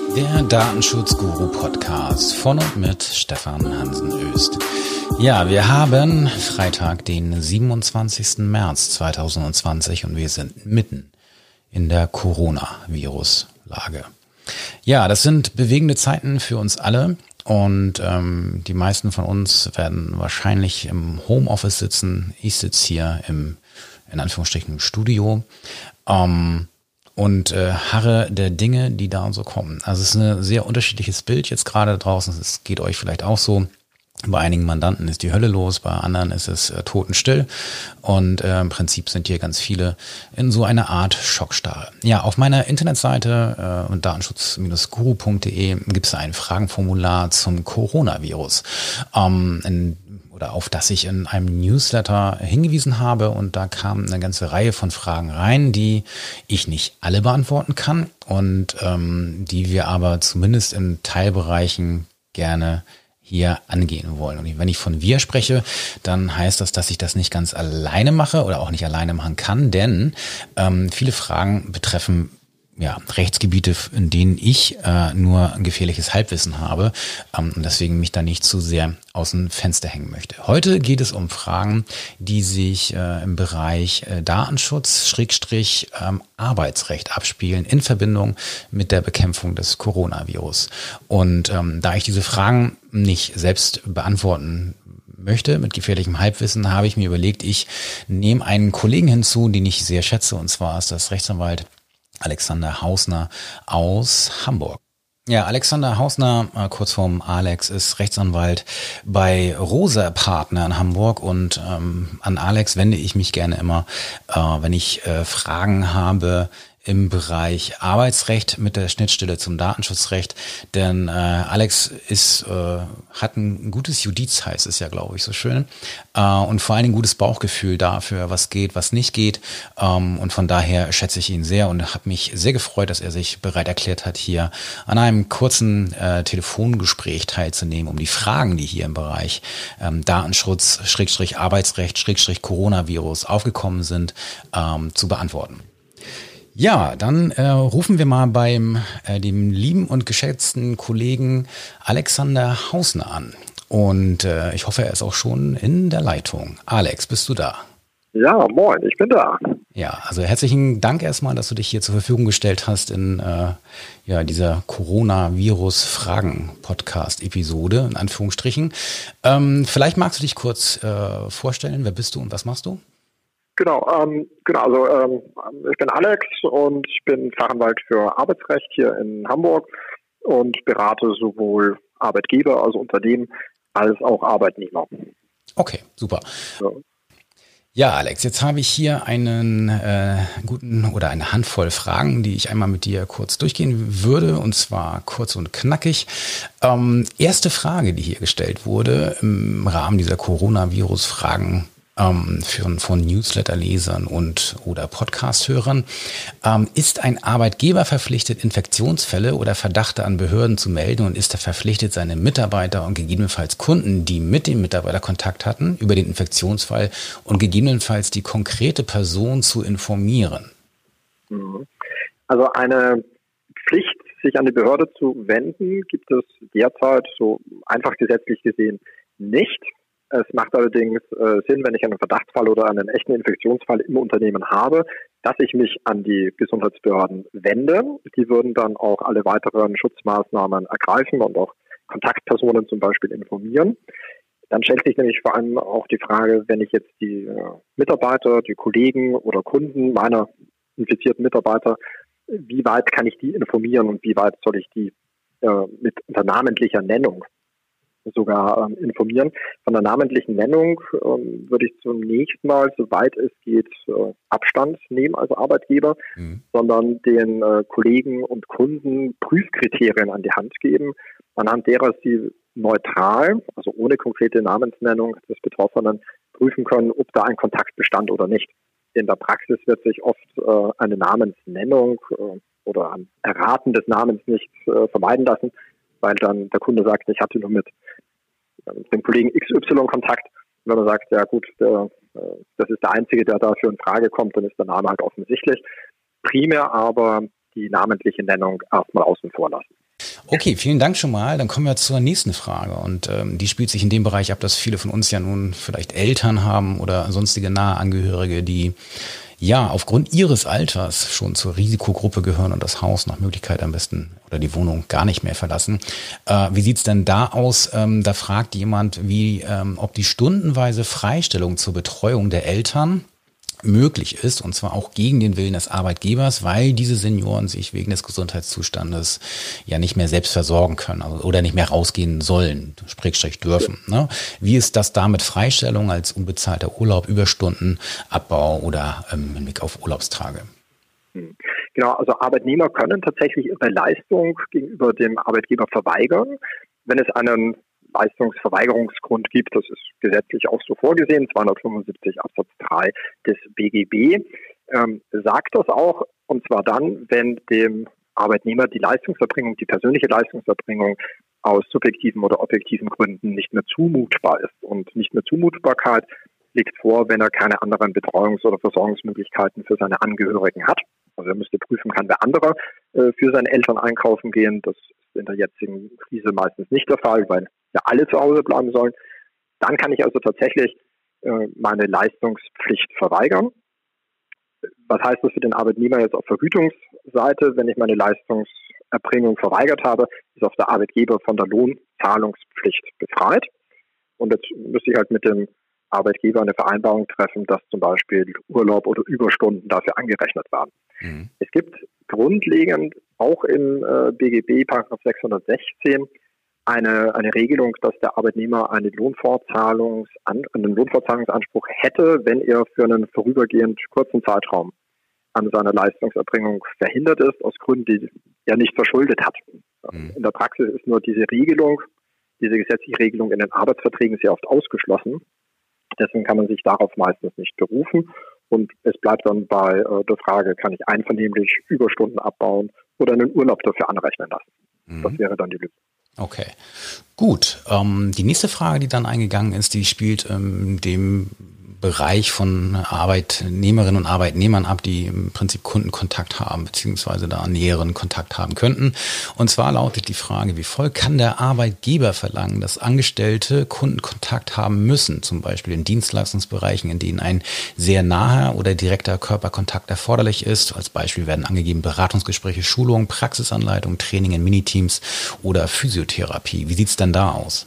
Der Datenschutz-Guru-Podcast von und mit Stefan Hansen-Öst. Ja, wir haben Freitag, den 27. März 2020 und wir sind mitten in der Coronavirus-Lage. Ja, das sind bewegende Zeiten für uns alle und die meisten von uns werden wahrscheinlich im Homeoffice sitzen. Ich sitze hier im, in Anführungsstrichen, Studio. Und harre der Dinge, die da und so kommen. Also es ist ein sehr unterschiedliches Bild jetzt gerade draußen. Es geht euch vielleicht auch so. Bei einigen Mandanten ist die Hölle los, bei anderen ist es totenstill. Und im Prinzip sind hier ganz viele in so einer Art Schockstarre. Ja, auf meiner Internetseite datenschutz-guru.de gibt es ein Fragenformular zum Coronavirus. Oder auf das ich in einem Newsletter hingewiesen habe, und da kam eine ganze Reihe von Fragen rein, die ich nicht alle beantworten kann und die wir aber zumindest in Teilbereichen gerne hier angehen wollen. Und wenn ich von wir spreche, dann heißt das, dass ich das nicht ganz alleine mache oder auch nicht alleine machen kann, denn viele Fragen betreffen Rechtsgebiete, in denen ich nur gefährliches Halbwissen habe und deswegen mich da nicht zu sehr aus dem Fenster hängen möchte. Heute geht es um Fragen, die sich im Bereich Datenschutz / Arbeitsrecht abspielen in Verbindung mit der Bekämpfung des Coronavirus. Und da ich diese Fragen nicht selbst beantworten möchte mit gefährlichem Halbwissen, habe ich mir überlegt, ich nehme einen Kollegen hinzu, den ich sehr schätze, und zwar ist das Rechtsanwalt Alexander Hausner aus Hamburg. Ja, Alexander Hausner, kurzform Alex, ist Rechtsanwalt bei Rosa Partner in Hamburg, und an Alex wende ich mich gerne immer, wenn ich Fragen habe im Bereich Arbeitsrecht mit der Schnittstelle zum Datenschutzrecht, denn Alex hat ein gutes Judiz, heißt es ja, glaube ich, so schön, und vor allen Dingen ein gutes Bauchgefühl dafür, was geht, was nicht geht, und von daher schätze ich ihn sehr und habe mich sehr gefreut, dass er sich bereit erklärt hat, hier an einem kurzen Telefongespräch teilzunehmen, um die Fragen, die hier im Bereich Datenschutz / Arbeitsrecht / Coronavirus aufgekommen sind, zu beantworten. Ja, dann rufen wir mal beim dem lieben und geschätzten Kollegen Alexander Hausner an. Und ich hoffe, er ist auch schon in der Leitung. Alex, bist du da? Ja, moin, ich bin da. Ja, also herzlichen Dank erstmal, dass du dich hier zur Verfügung gestellt hast in dieser Coronavirus-Fragen-Podcast-Episode, in Anführungsstrichen. Vielleicht magst du dich kurz vorstellen, wer bist du und was machst du? Genau, ich bin Alex und ich bin Fachanwalt für Arbeitsrecht hier in Hamburg und berate sowohl Arbeitgeber, also Unternehmen, als auch Arbeitnehmer. Okay, super. Ja, Alex, jetzt habe ich hier eine Handvoll Fragen, die ich einmal mit dir kurz durchgehen würde, und zwar kurz und knackig. Erste Frage, die hier gestellt wurde im Rahmen dieser Coronavirus-Fragen von Newsletter-Lesern oder Podcast-Hörern. Ist ein Arbeitgeber verpflichtet, Infektionsfälle oder Verdachte an Behörden zu melden, und ist er verpflichtet, seine Mitarbeiter und gegebenenfalls Kunden, die mit dem Mitarbeiter Kontakt hatten, über den Infektionsfall und gegebenenfalls die konkrete Person zu informieren? Also eine Pflicht, sich an die Behörde zu wenden, gibt es derzeit so einfach gesetzlich gesehen nicht. Es macht allerdings Sinn, wenn ich einen Verdachtsfall oder einen echten Infektionsfall im Unternehmen habe, dass ich mich an die Gesundheitsbehörden wende. Die würden dann auch alle weiteren Schutzmaßnahmen ergreifen und auch Kontaktpersonen zum Beispiel informieren. Dann stellt sich nämlich vor allem auch die Frage, wenn ich jetzt die Mitarbeiter, die Kollegen oder Kunden meiner infizierten Mitarbeiter, wie weit kann ich die informieren und wie weit soll ich die unter namentlicher Nennung sogar informieren. Von der namentlichen Nennung würde ich zunächst mal, soweit es geht, Abstand nehmen als Arbeitgeber, sondern den Kollegen und Kunden Prüfkriterien an die Hand geben, anhand derer sie neutral, also ohne konkrete Namensnennung des Betroffenen, prüfen können, ob da ein Kontakt bestand oder nicht. In der Praxis wird sich oft eine Namensnennung oder ein Erraten des Namens nicht vermeiden lassen, weil dann der Kunde sagt, ich hatte nur mit dem Kollegen XY Kontakt. Und wenn man sagt, ja gut, das ist der Einzige, der dafür in Frage kommt, dann ist der Name halt offensichtlich. Primär aber die namentliche Nennung erstmal außen vor lassen. Okay, vielen Dank schon mal. Dann kommen wir zur nächsten Frage. Und die spielt sich in dem Bereich ab, dass viele von uns ja nun vielleicht Eltern haben oder sonstige nahe Angehörige, die ja aufgrund ihres Alters schon zur Risikogruppe gehören und das Haus nach Möglichkeit am besten oder die Wohnung gar nicht mehr verlassen. Wie sieht's denn da aus? Da fragt jemand, ob die stundenweise Freistellung zur Betreuung der Eltern möglich ist, und zwar auch gegen den Willen des Arbeitgebers, weil diese Senioren sich wegen des Gesundheitszustandes ja nicht mehr selbst versorgen können, also, oder nicht mehr rausgehen sollen, Schrägstrich dürfen. Ne? Wie ist das da mit Freistellung als unbezahlter Urlaub, Überstunden, Abbau oder im Hinblick auf Urlaubstage? Genau, also Arbeitnehmer können tatsächlich ihre Leistung gegenüber dem Arbeitgeber verweigern, wenn es einen Leistungsverweigerungsgrund gibt. Das ist gesetzlich auch so vorgesehen, 275 Absatz 3 des BGB, sagt das auch, und zwar dann, wenn dem Arbeitnehmer die Leistungserbringung, die persönliche Leistungserbringung aus subjektiven oder objektiven Gründen nicht mehr zumutbar ist. Und nicht mehr Zumutbarkeit liegt vor, wenn er keine anderen Betreuungs- oder Versorgungsmöglichkeiten für seine Angehörigen hat. Also er müsste prüfen, kann der andere für seine Eltern einkaufen gehen. Das ist in der jetzigen Krise meistens nicht der Fall, weil ja alle zu Hause bleiben sollen. Dann kann ich also tatsächlich meine Leistungspflicht verweigern. Was heißt das für den Arbeitnehmer jetzt auf Vergütungsseite? Wenn ich meine Leistungserbringung verweigert habe, ist auch der Arbeitgeber von der Lohnzahlungspflicht befreit. Und jetzt müsste ich halt mit dem Arbeitgeber eine Vereinbarung treffen, dass zum Beispiel Urlaub oder Überstunden dafür angerechnet werden. Mhm. Es gibt grundlegend auch im BGB Paragraph 616 eine Regelung, dass der Arbeitnehmer einen Lohnfortzahlungsanspruch hätte, wenn er für einen vorübergehend kurzen Zeitraum an seiner Leistungserbringung verhindert ist, aus Gründen, die er nicht verschuldet hat. Mhm. In der Praxis ist nur diese gesetzliche Regelung in den Arbeitsverträgen sehr oft ausgeschlossen. Deswegen kann man sich darauf meistens nicht berufen. Und es bleibt dann bei der Frage, kann ich einvernehmlich Überstunden abbauen oder einen Urlaub dafür anrechnen lassen. Mhm. Das wäre dann die Lösung. Okay, gut. Die nächste Frage, die dann eingegangen ist, die spielt dem Bereich von Arbeitnehmerinnen und Arbeitnehmern ab, die im Prinzip Kundenkontakt haben, beziehungsweise da näheren Kontakt haben könnten. Und zwar lautet die Frage wie folgt: Kann der Arbeitgeber verlangen, dass Angestellte Kundenkontakt haben müssen, zum Beispiel in Dienstleistungsbereichen, in denen ein sehr naher oder direkter Körperkontakt erforderlich ist? Als Beispiel werden angegeben Beratungsgespräche, Schulungen, Praxisanleitungen, Training in Miniteams oder Physiotherapie. Wie sieht's denn da aus?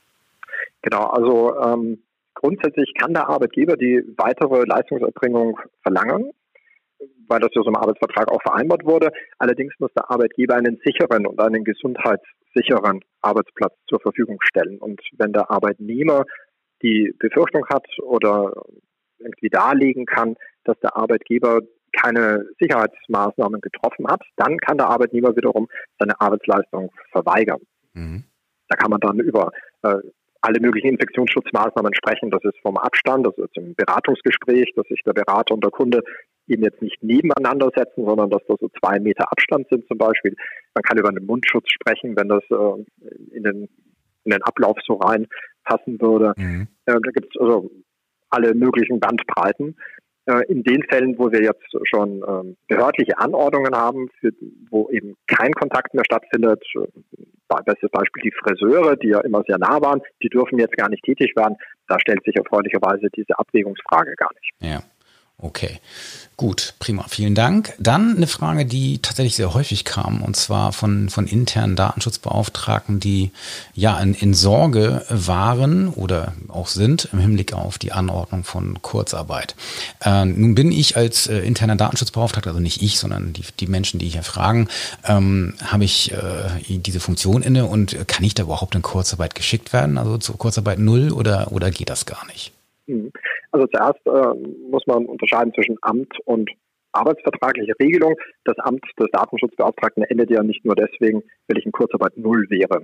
Genau, also grundsätzlich kann der Arbeitgeber die weitere Leistungserbringung verlangen, weil das ja so im Arbeitsvertrag auch vereinbart wurde. Allerdings muss der Arbeitgeber einen sicheren und einen gesundheitssicheren Arbeitsplatz zur Verfügung stellen. Und wenn der Arbeitnehmer die Befürchtung hat oder irgendwie darlegen kann, dass der Arbeitgeber keine Sicherheitsmaßnahmen getroffen hat, dann kann der Arbeitnehmer wiederum seine Arbeitsleistung verweigern. Mhm. Da kann man dann über alle möglichen Infektionsschutzmaßnahmen sprechen. Das ist vom Abstand, das ist im Beratungsgespräch, dass sich der Berater und der Kunde eben jetzt nicht nebeneinander setzen, sondern dass da so 2 Meter Abstand sind zum Beispiel. Man kann über einen Mundschutz sprechen, wenn das in den Ablauf so reinpassen würde. Mhm. Da gibt es also alle möglichen Bandbreiten. In den Fällen, wo wir jetzt schon behördliche Anordnungen haben, wo eben kein Kontakt mehr stattfindet, bestes Beispiel die Friseure, die ja immer sehr nah waren, die dürfen jetzt gar nicht tätig werden. Da stellt sich erfreulicherweise diese Abwägungsfrage gar nicht. Ja. Okay, gut, prima, vielen Dank. Dann eine Frage, die tatsächlich sehr häufig kam, und zwar von internen Datenschutzbeauftragten, die ja in Sorge waren oder auch sind im Hinblick auf die Anordnung von Kurzarbeit. Nun bin ich als interner Datenschutzbeauftragter, also nicht ich, sondern die Menschen, die hier fragen, habe ich diese Funktion inne, und kann ich da überhaupt in Kurzarbeit geschickt werden, also zur Kurzarbeit 0, oder geht das gar nicht? Also zuerst muss man unterscheiden zwischen Amt und arbeitsvertragliche Regelung. Das Amt des Datenschutzbeauftragten endet ja nicht nur deswegen, weil ich in Kurzarbeit 0 wäre.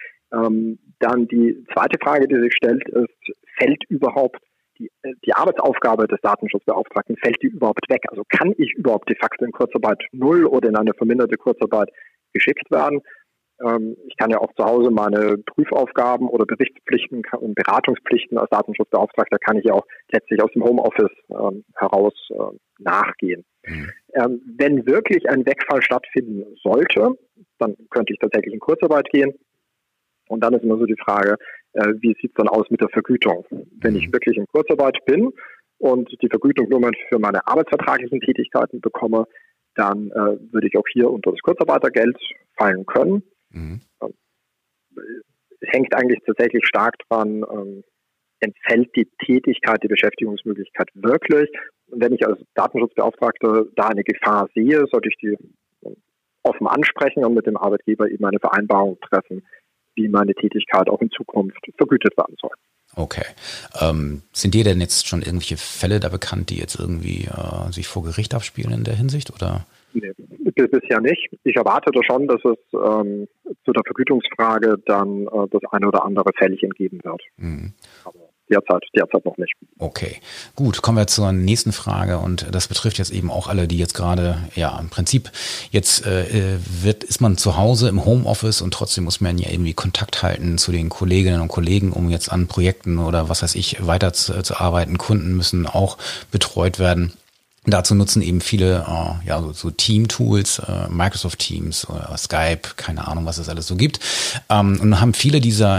Dann die zweite Frage, die sich stellt, ist, fällt überhaupt die Arbeitsaufgabe des Datenschutzbeauftragten, fällt die überhaupt weg? Also kann ich überhaupt de facto in Kurzarbeit 0 oder in eine verminderte Kurzarbeit geschickt werden? Ich kann ja auch zu Hause meine Prüfaufgaben oder Berichtspflichten und Beratungspflichten als Datenschutzbeauftragter kann ich ja auch letztlich aus dem Homeoffice heraus nachgehen. Mhm. Wenn wirklich ein Wegfall stattfinden sollte, dann könnte ich tatsächlich in Kurzarbeit gehen. Und dann ist immer so die Frage, wie sieht es dann aus mit der Vergütung? Wenn ich wirklich in Kurzarbeit bin und die Vergütung nur für meine arbeitsvertraglichen Tätigkeiten bekomme, dann würde ich auch hier unter das Kurzarbeitergeld fallen können. Mhm. Hängt eigentlich tatsächlich stark dran, entfällt die Tätigkeit, die Beschäftigungsmöglichkeit wirklich. Und wenn ich als Datenschutzbeauftragter da eine Gefahr sehe, sollte ich die offen ansprechen und mit dem Arbeitgeber eben eine Vereinbarung treffen, wie meine Tätigkeit auch in Zukunft vergütet werden soll. Okay. Sind dir denn jetzt schon irgendwelche Fälle da bekannt, die jetzt irgendwie sich vor Gericht abspielen in der Hinsicht, oder? Nee, bisher nicht. Ich erwarte da schon, dass es zu der Vergütungsfrage dann das eine oder andere Fällchen geben wird. Mhm. Aber derzeit noch nicht. Okay, gut. Kommen wir zur nächsten Frage, und das betrifft jetzt eben auch alle, die jetzt gerade, ja, im Prinzip jetzt ist man zu Hause im Homeoffice und trotzdem muss man ja irgendwie Kontakt halten zu den Kolleginnen und Kollegen, um jetzt an Projekten oder was weiß ich weiter zu arbeiten. Kunden müssen auch betreut werden. Dazu nutzen eben viele so Team-Tools, Microsoft Teams oder Skype, keine Ahnung, was es alles so gibt. Und haben viele dieser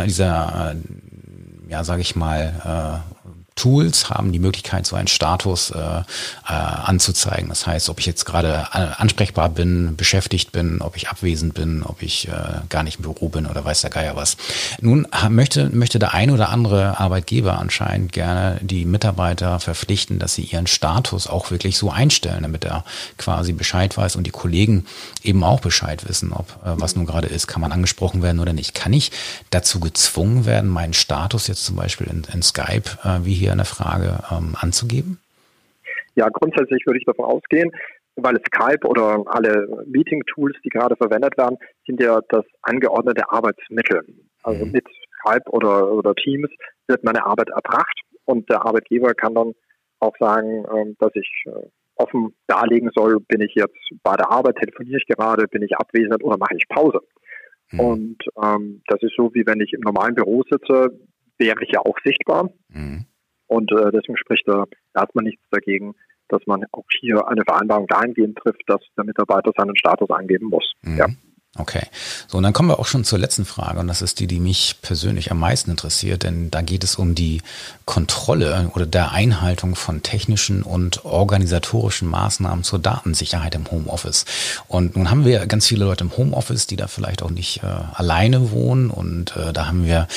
sage ich mal, Tools haben die Möglichkeit, so einen Status anzuzeigen. Das heißt, ob ich jetzt gerade ansprechbar bin, beschäftigt bin, ob ich abwesend bin, ob ich gar nicht im Büro bin oder weiß der Geier was. Nun möchte der ein oder andere Arbeitgeber anscheinend gerne die Mitarbeiter verpflichten, dass sie ihren Status auch wirklich so einstellen, damit er quasi Bescheid weiß und die Kollegen eben auch Bescheid wissen, ob was nun gerade ist, kann man angesprochen werden oder nicht. Kann ich dazu gezwungen werden, meinen Status jetzt zum Beispiel in Skype, wie hier eine Frage, anzugeben? Ja, grundsätzlich würde ich davon ausgehen, weil Skype oder alle Meeting-Tools, die gerade verwendet werden, sind ja das angeordnete Arbeitsmittel. Also mit Skype oder Teams wird meine Arbeit erbracht und der Arbeitgeber kann dann auch sagen, dass ich offen darlegen soll, bin ich jetzt bei der Arbeit, telefoniere ich gerade, bin ich abwesend oder mache ich Pause. Und das ist so, wie wenn ich im normalen Büro sitze, wäre ich ja auch sichtbar. Und deswegen spricht da erstmal nichts dagegen, dass man auch hier eine Vereinbarung dahingehend trifft, dass der Mitarbeiter seinen Status angeben muss. Ja. Okay. So, und dann kommen wir auch schon zur letzten Frage, und das ist die mich persönlich am meisten interessiert, denn da geht es um die Kontrolle oder der Einhaltung von technischen und organisatorischen Maßnahmen zur Datensicherheit im Homeoffice. Und nun haben wir ganz viele Leute im Homeoffice, die da vielleicht auch nicht alleine wohnen, und da haben wir,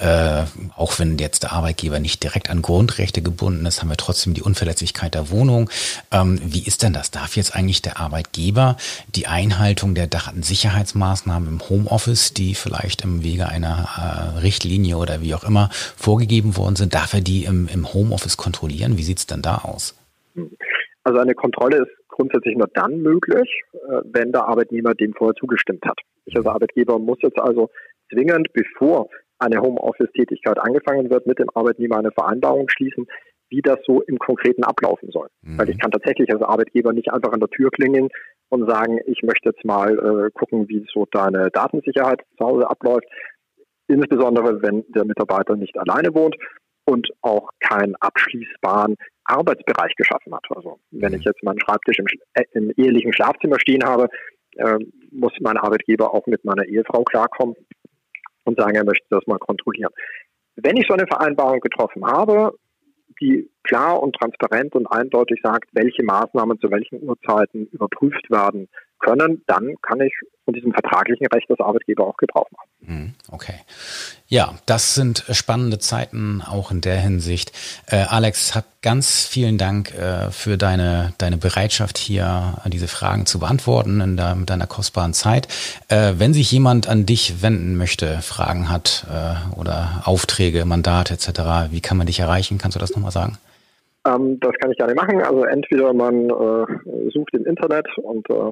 auch wenn jetzt der Arbeitgeber nicht direkt an Grundrechte gebunden ist, haben wir trotzdem die Unverletzlichkeit der Wohnung. Wie ist denn das? Darf jetzt eigentlich der Arbeitgeber die Einhaltung der Datensicherheitsmaßnahmen im Homeoffice, die vielleicht im Wege einer Richtlinie oder wie auch immer vorgegeben worden sind, darf er die im Homeoffice kontrollieren? Wie sieht es denn da aus? Also eine Kontrolle ist grundsätzlich nur dann möglich, wenn der Arbeitnehmer dem vorher zugestimmt hat. Ich als Arbeitgeber muss jetzt also zwingend, bevor eine Homeoffice-Tätigkeit angefangen wird, mit dem Arbeitnehmer eine Vereinbarung schließen, wie das so im Konkreten ablaufen soll. Weil ich kann tatsächlich als Arbeitgeber nicht einfach an der Tür klingeln und sagen, ich möchte jetzt mal gucken, wie so deine Datensicherheit zu Hause abläuft. Insbesondere, wenn der Mitarbeiter nicht alleine wohnt und auch keinen abschließbaren Arbeitsbereich geschaffen hat. Also wenn ich jetzt meinen Schreibtisch im ehelichen Schlafzimmer stehen habe, muss mein Arbeitgeber auch mit meiner Ehefrau klarkommen und sagen, er möchte das mal kontrollieren. Wenn ich so eine Vereinbarung getroffen habe, die klar und transparent und eindeutig sagt, welche Maßnahmen zu welchen Uhrzeiten überprüft werden können, dann kann ich von diesem vertraglichen Recht des Arbeitgebers auch Gebrauch machen. Okay. Ja, das sind spannende Zeiten auch in der Hinsicht. Alex, hab ganz vielen Dank für deine Bereitschaft hier, diese Fragen zu beantworten mit deiner kostbaren Zeit. Wenn sich jemand an dich wenden möchte, Fragen hat oder Aufträge, Mandate etc., wie kann man dich erreichen? Kannst du das nochmal sagen? Das kann ich gerne machen. Also entweder man sucht im Internet unter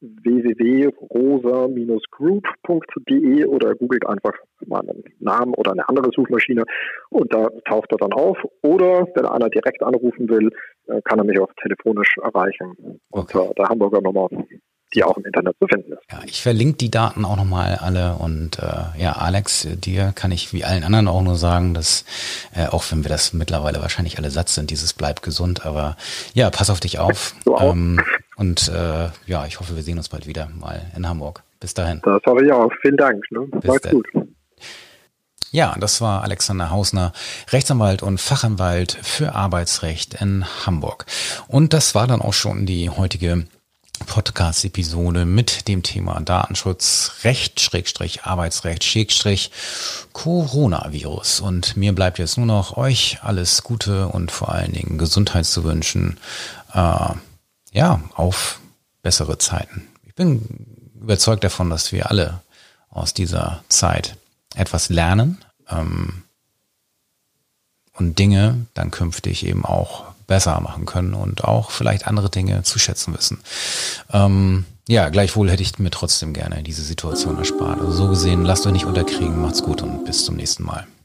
www.rosa-group.de oder googelt einfach meinen Namen oder eine andere Suchmaschine und da taucht er dann auf. Oder wenn einer direkt anrufen will, kann er mich auch telefonisch erreichen unter der Hamburger Nummer, die auch im Internet zu finden ist. Ja, ich verlinke die Daten auch nochmal alle und Alex, dir kann ich wie allen anderen auch nur sagen, dass auch wenn wir das mittlerweile wahrscheinlich alle satt sind, dieses bleib gesund, aber ja, pass auf dich auf. So und ich hoffe, wir sehen uns bald wieder mal in Hamburg. Bis dahin. Das hoffe ich auch. Vielen Dank. Ne? Macht's gut. Ja, das war Alexander Hausner, Rechtsanwalt und Fachanwalt für Arbeitsrecht in Hamburg. Und das war dann auch schon die heutige Podcast-Episode mit dem Thema Datenschutz, Recht, Arbeitsrecht, Coronavirus. Und mir bleibt jetzt nur noch euch alles Gute und vor allen Dingen Gesundheit zu wünschen. Auf bessere Zeiten. Ich bin überzeugt davon, dass wir alle aus dieser Zeit etwas lernen und Dinge dann künftig eben auch besser machen können und auch vielleicht andere Dinge zu schätzen wissen. Gleichwohl hätte ich mir trotzdem gerne diese Situation erspart. Also so gesehen, lasst euch nicht unterkriegen, macht's gut und bis zum nächsten Mal.